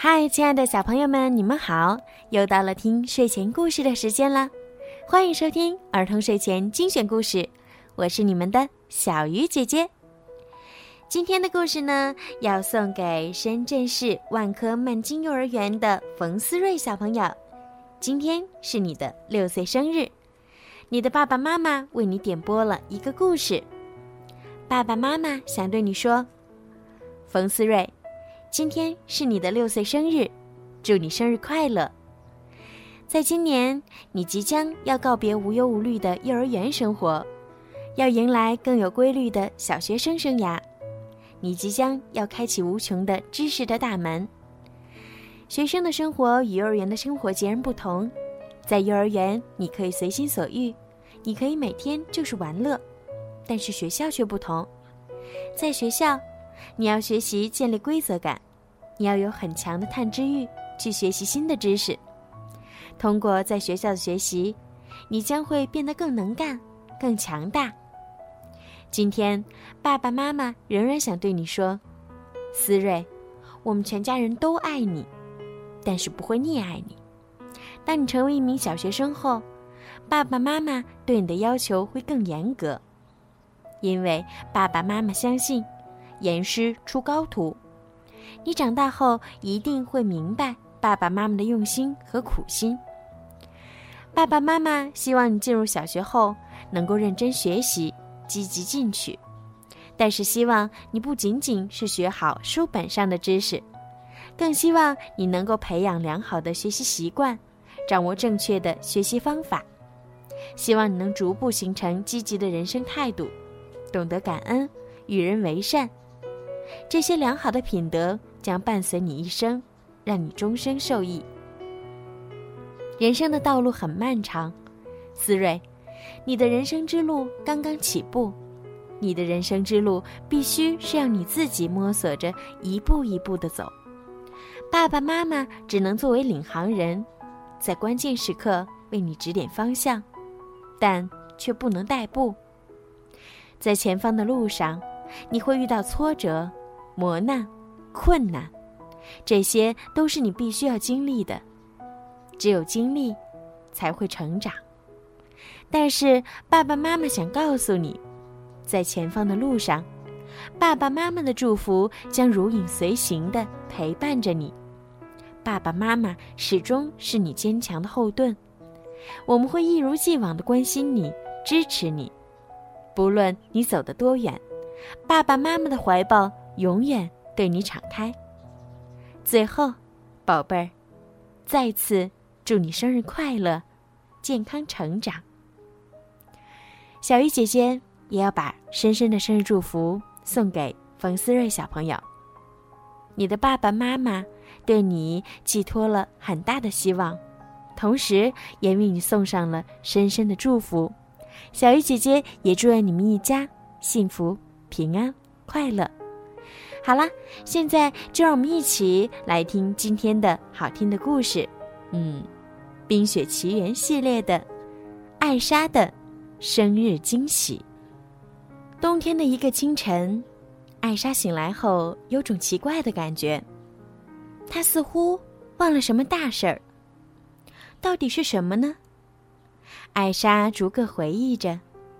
嗨，亲爱的小朋友们，你们好！又到了听睡前故事的时间了，欢迎收听儿童睡前精选故事，我是你们的小鱼姐姐。今天的故事呢，要送给深圳市万科曼津幼儿园的冯思睿小朋友。今天是你的6岁生日，你的爸爸妈妈为你点播了一个故事。爸爸妈妈想对你说，冯思睿，今天是你的6岁生日，祝你生日快乐。在今年，你即将要告别无忧无虑的幼儿园生活，要迎来更有规律的小学生生涯。你即将要开启无穷的知识的大门。学生的生活与幼儿园的生活截然不同，在幼儿园你可以随心所欲，你可以每天就是玩乐，但是学校却不同。在学校，你要学习建立规则感，你要有很强的探知欲，去学习新的知识。通过在学校的学习，你将会变得更能干，更强大。今天，爸爸妈妈仍然想对你说，思睿，我们全家人都爱你，但是不会溺爱你。当你成为一名小学生后，爸爸妈妈对你的要求会更严格，因为爸爸妈妈相信严师出高徒。你长大后一定会明白爸爸妈妈的用心和苦心。爸爸妈妈希望你进入小学后能够认真学习，积极进取，但是希望你不仅仅是学好书本上的知识，更希望你能够培养良好的学习习惯，掌握正确的学习方法。希望你能逐步形成积极的人生态度，懂得感恩，与人为善。这些良好的品德将伴随你一生，让你终生受益。人生的道路很漫长，思睿，你的人生之路刚刚起步，你的人生之路必须是让你自己摸索着一步一步地走。爸爸妈妈只能作为领航人，在关键时刻为你指点方向，但却不能带步。在前方的路上，你会遇到挫折、磨难、困难，这些都是你必须要经历的。只有经历，才会成长。但是爸爸妈妈想告诉你，在前方的路上，爸爸妈妈的祝福将如影随形地陪伴着你。爸爸妈妈始终是你坚强的后盾，我们会一如既往地关心你，支持你。不论你走得多远，爸爸妈妈的怀抱永远对你敞开。最后，宝贝儿，再次祝你生日快乐，健康成长。小鱼姐姐也要把深深的生日祝福送给冯思睿小朋友。你的爸爸妈妈对你寄托了很大的希望，同时也为你送上了深深的祝福。小鱼姐姐也祝愿你们一家幸福、平安、快乐。好啦，现在就让我们一起来听今天的好听的故事。冰雪奇缘系列的艾莎的生日惊喜。冬天的一个清晨，艾莎醒来后有种奇怪的感觉，她似乎忘了什么大事儿。到底是什么呢？艾莎逐个回忆着。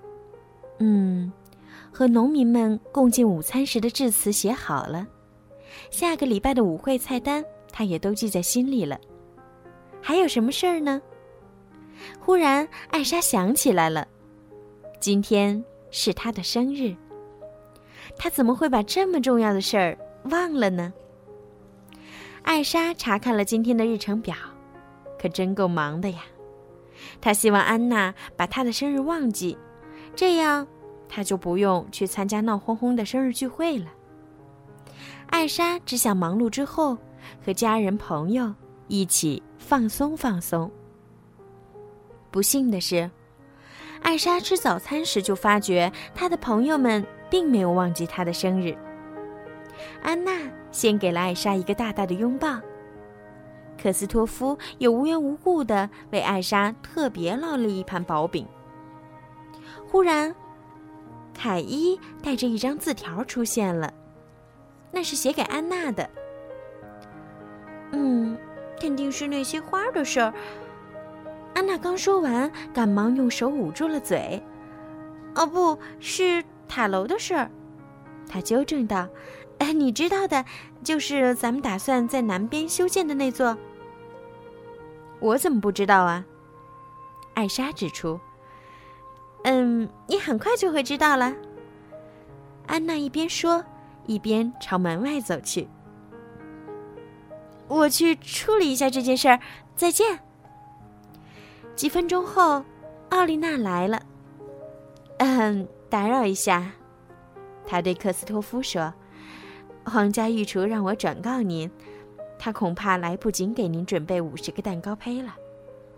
和农民们共进午餐时的致辞写好了，下个礼拜的舞会菜单她也都记在心里了。还有什么事儿呢？忽然艾莎想起来了，今天是她的生日。她怎么会把这么重要的事儿忘了呢？艾莎查看了今天的日程表，可真够忙的呀。她希望安娜把她的生日忘记，这样她就不用去参加闹哄哄的生日聚会了。艾莎只想忙碌之后和家人朋友一起放松放松。不幸的是，艾莎吃早餐时就发觉她的朋友们并没有忘记她的生日。安娜先给了艾莎一个大大的拥抱，克斯托夫也无缘无故地为艾莎特别烙了一盘薄饼。忽然，凯伊带着一张字条出现了，那是写给安娜的。 肯定是那些花的事儿。安娜刚说完，赶忙用手捂住了嘴。哦，不是塔楼的事儿，她纠正道。你知道的，就是咱们打算在南边修建的那座。我怎么不知道啊？艾莎指出。你很快就会知道了。安娜一边说，一边朝门外走去。我去处理一下这件事儿，再见。几分钟后，奥丽娜来了。打扰一下，她对克斯托夫说，皇家御厨让我转告您，他恐怕来不及给您准备50个蛋糕胚了。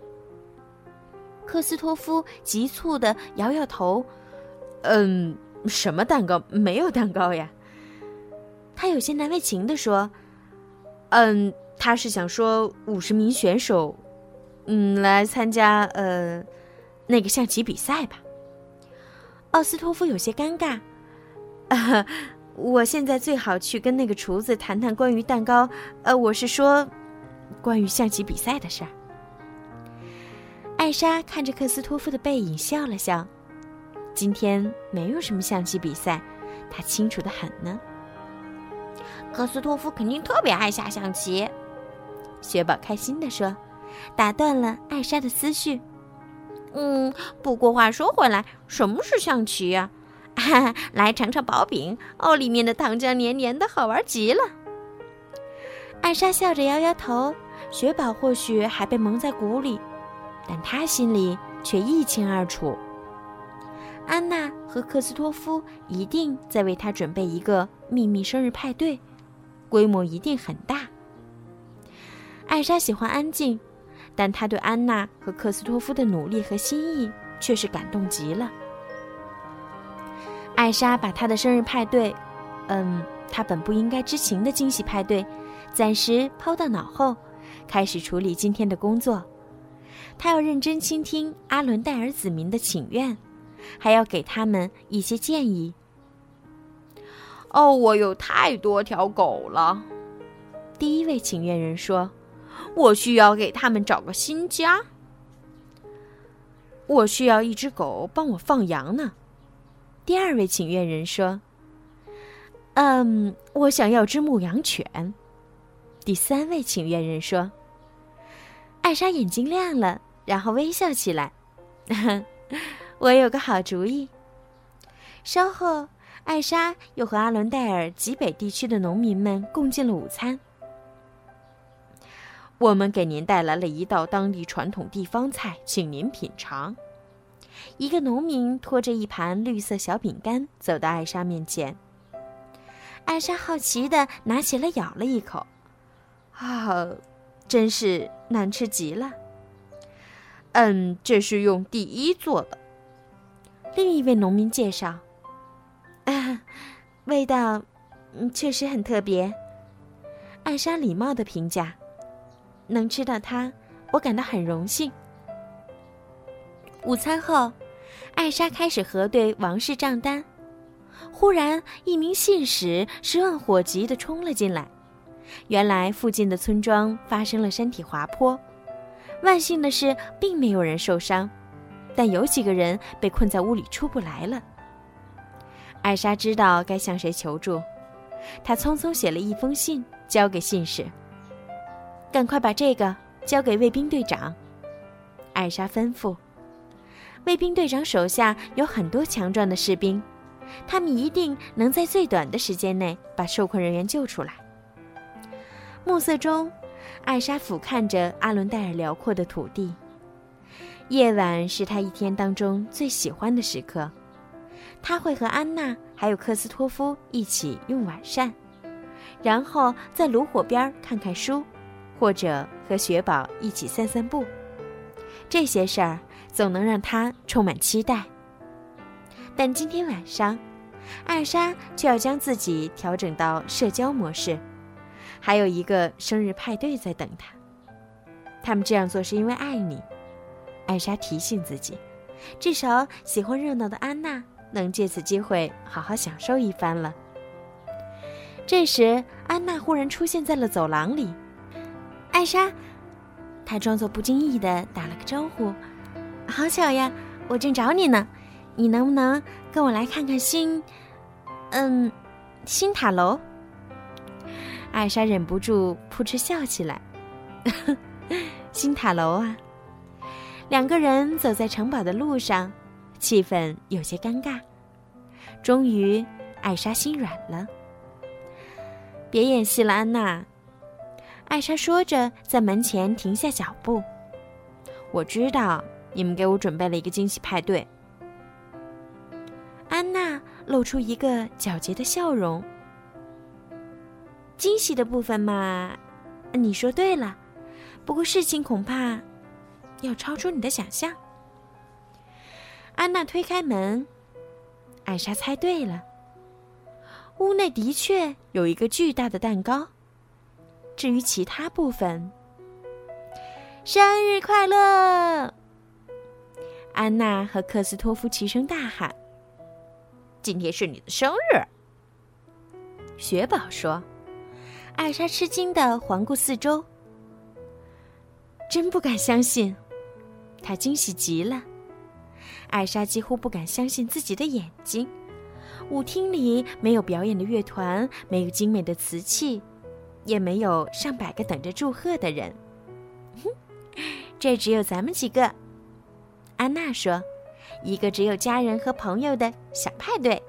克斯托夫急促地摇摇头。什么蛋糕？没有蛋糕呀。他有些难为情地说。他是想说50名选手，来参加那个象棋比赛吧。奥斯托夫有些尴尬。我现在最好去跟那个厨子谈谈关于蛋糕，我是说，关于象棋比赛的事儿。艾莎看着克斯托夫的背影笑了笑。今天没有什么象棋比赛，她清楚得很呢。克斯托夫肯定特别爱下象棋，雪宝开心地说，打断了艾莎的思绪。不过话说回来，什么是象棋呀？来尝尝薄饼，里面的糖浆黏黏的，好玩极了。艾莎笑着摇摇头，雪宝或许还被蒙在鼓里，但她心里却一清二楚。安娜和克斯托夫一定在为她准备一个秘密生日派对，规模一定很大。艾莎喜欢安静，但她对安娜和克斯托夫的努力和心意却是感动极了。艾莎把她的生日派对，她本不应该知情的惊喜派对，暂时抛到脑后，开始处理今天的工作。她要认真倾听阿伦戴尔子民的请愿，还要给他们一些建议。我有太多条狗了，第一位请愿人说，我需要给他们找个新家。我需要一只狗帮我放羊呢，第二位请愿人说。我想要只牧羊犬，第三位请愿人说。艾莎眼睛亮了，然后微笑起来。我有个好主意。稍后，艾莎又和阿伦戴尔极北地区的农民们共进了午餐。我们给您带来了一道当地传统地方菜，请您品尝。一个农民拖着一盘绿色小饼干走到艾莎面前。艾莎好奇地拿起来咬了一口。真是难吃极了。这是用第一做的。另一位农民介绍。味道确实很特别。艾莎礼貌地评价。能吃到它，我感到很荣幸。午餐后，艾莎开始核对王室账单。忽然，一名信使十万火急地冲了进来。原来附近的村庄发生了山体滑坡，万幸的是并没有人受伤，但有几个人被困在屋里出不来了。艾莎知道该向谁求助，她匆匆写了一封信交给信使。赶快把这个交给卫兵队长，艾莎吩咐。卫兵队长手下有很多强壮的士兵，他们一定能在最短的时间内把受困人员救出来。暮色中，艾莎俯瞰着阿伦戴尔辽阔的土地。夜晚是她一天当中最喜欢的时刻，她会和安娜还有克斯托夫一起用晚膳，然后在炉火边看看书，或者和雪宝一起散散步。这些事儿总能让她充满期待。但今天晚上，艾莎却要将自己调整到社交模式，还有一个生日派对在等她。他们这样做是因为爱你，艾莎提醒自己，至少喜欢热闹的安娜能借此机会好好享受一番了。这时，安娜忽然出现在了走廊里。艾莎， 他装作不经意地打了个招呼：“好巧呀，我正找你呢，你能不能跟我来看看新塔楼？”艾莎忍不住扑哧笑起来。新塔楼啊！两个人走在城堡的路上，气氛有些尴尬。终于，艾莎心软了。别演戏了，安娜。艾莎说着，在门前停下脚步。我知道你们给我准备了一个惊喜派对。安娜露出一个皎洁的笑容。惊喜的部分嘛，你说对了，不过事情恐怕要超出你的想象。安娜推开门，艾莎猜对了，屋内的确有一个巨大的蛋糕。至于其他部分，生日快乐！安娜和克斯托夫齐声大喊：“今天是你的生日！”雪宝说。艾莎吃惊地环顾四周，真不敢相信，她惊喜极了。艾莎几乎不敢相信自己的眼睛。舞厅里没有表演的乐团，没有精美的瓷器，也没有上百个等着祝贺的人。这只有咱们几个，安娜说，一个只有家人和朋友的小派对。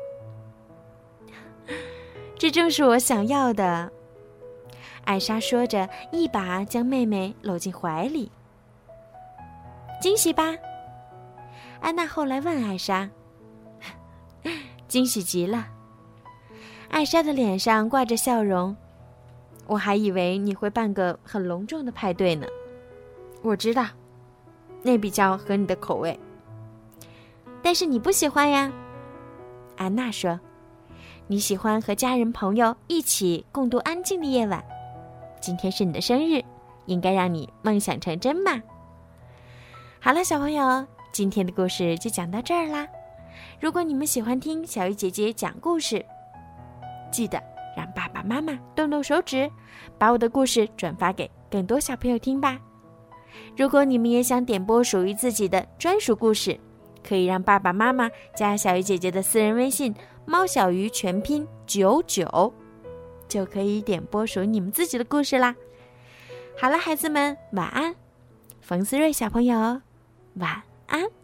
这正是我想要的，艾莎说着，一把将妹妹搂进怀里。惊喜吧？安娜后来问艾莎。惊喜极了。艾莎的脸上挂着笑容。我还以为你会办个很隆重的派对呢。我知道，那比较合你的口味。但是你不喜欢呀，安娜说。你喜欢和家人朋友一起共度安静的夜晚。今天是你的生日，应该让你梦想成真嘛。好了，小朋友，今天的故事就讲到这儿啦。如果你们喜欢听小鱼姐姐讲故事，记得让爸爸妈妈动动手指，把我的故事转发给更多小朋友听吧。如果你们也想点播属于自己的专属故事，可以让爸爸妈妈加小鱼姐姐的私人微信猫小鱼全拼99，就可以点播属于你们自己的故事啦。好了，孩子们，晚安。冯思睿小朋友，晚安。